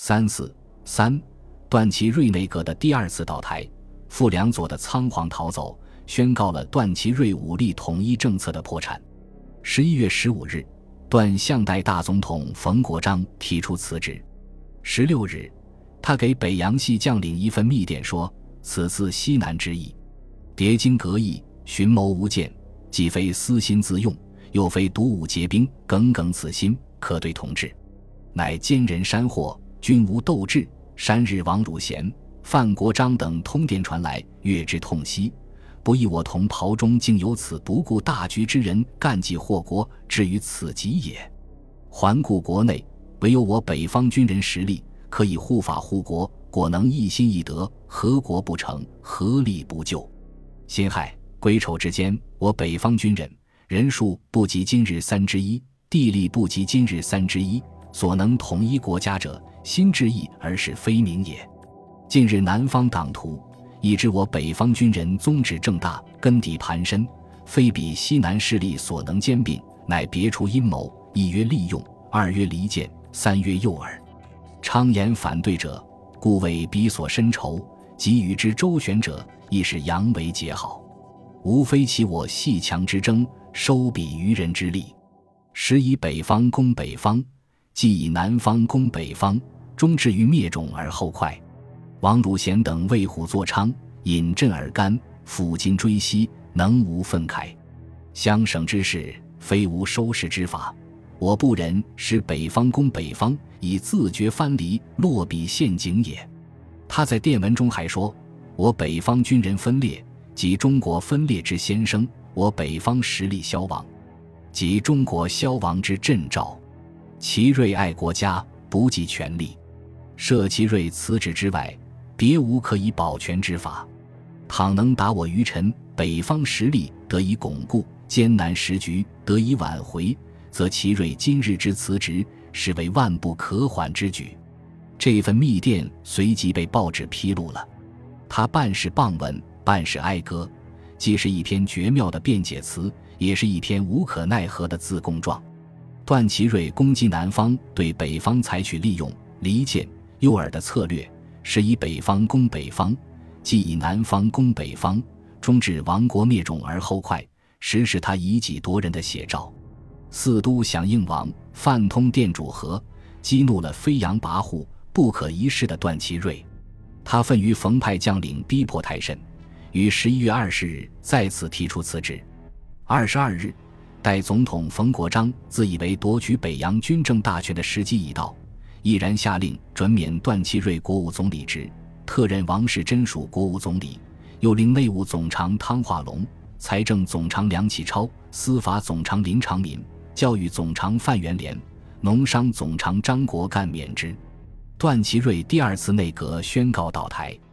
3段祺瑞内阁的第二次倒台，傅良佐的仓皇逃走，宣告了段祺瑞武力统一政策的破产。11月15日，段相代大总统冯国璋提出辞职。16日，他给北洋系将领一份密电说：“此次西南之役，迭经革意，寻谋无间，既非私心自用，又非独武结兵，耿耿此心，可对同志。乃奸人山祸，均无斗志。山日王汝贤、范国璋等通电传来，阅之痛惜。不意我同袍中竟有此不顾大局之人，干计祸国，至于此极也。环顾国内，唯有我北方军人实力，可以护法护国，果能一心一德，何国不成，何力不救？辛亥、癸丑之间，我北方军人人数不及今日1/3，地利不及今日1/3，所能统一国家者，心志毅而是非名也。近日南方党徒已知我北方军人宗旨正大，根底盘深，非比西南势力所能兼并，乃别出阴谋，一曰利用，二曰离间，三曰诱饵。昌言反对者，故为彼所深仇，及与之周旋者，亦是阳为结好。无非其我细强之争，收彼愚人之力，时以北方攻北方，既以南方攻北方，终至于灭种而后快。王汝贤等为虎作伥，引阵而干，抚今追昔，能无愤慨？相省之事，非无收拾之法。我不忍使北方攻北方，以自绝藩篱，落彼陷阱也。他在电文中还说：我北方军人分裂，即中国分裂之先声；我北方实力消亡，即中国消亡之阵兆。其锐爱国家，不计权力，设其锐辞职之外，别无可以保全之法。倘能打我于尘，北方实力得以巩固，艰难时局得以挽回，则其锐今日之辞职，是为万不可缓之举。这份密电随即被报纸披露了，他半是谤文，半是哀歌，既是一篇绝妙的辩解词，也是一篇无可奈何的自供状。段祺瑞攻击南方，对北方采取利用、离间、诱饵的策略，是以北方攻北方，既以南方攻北方，终至亡国灭种而后快，实是他以己夺人的写照。四都响应王、范通电主和，激怒了飞扬跋扈、不可一世的段祺瑞。他愤于冯派将领逼迫太甚，于11月20日再次提出辞职。22日，代总统冯国璋自以为夺取北洋军政大权的时机已到，毅然下令准免段祺瑞国务总理职，特任王士珍属国务总理，又令内务总长汤化龙、财政总长梁启超、司法总长林长民、教育总长范元濂、农商总长张国干免职。段祺瑞第二次内阁宣告倒台。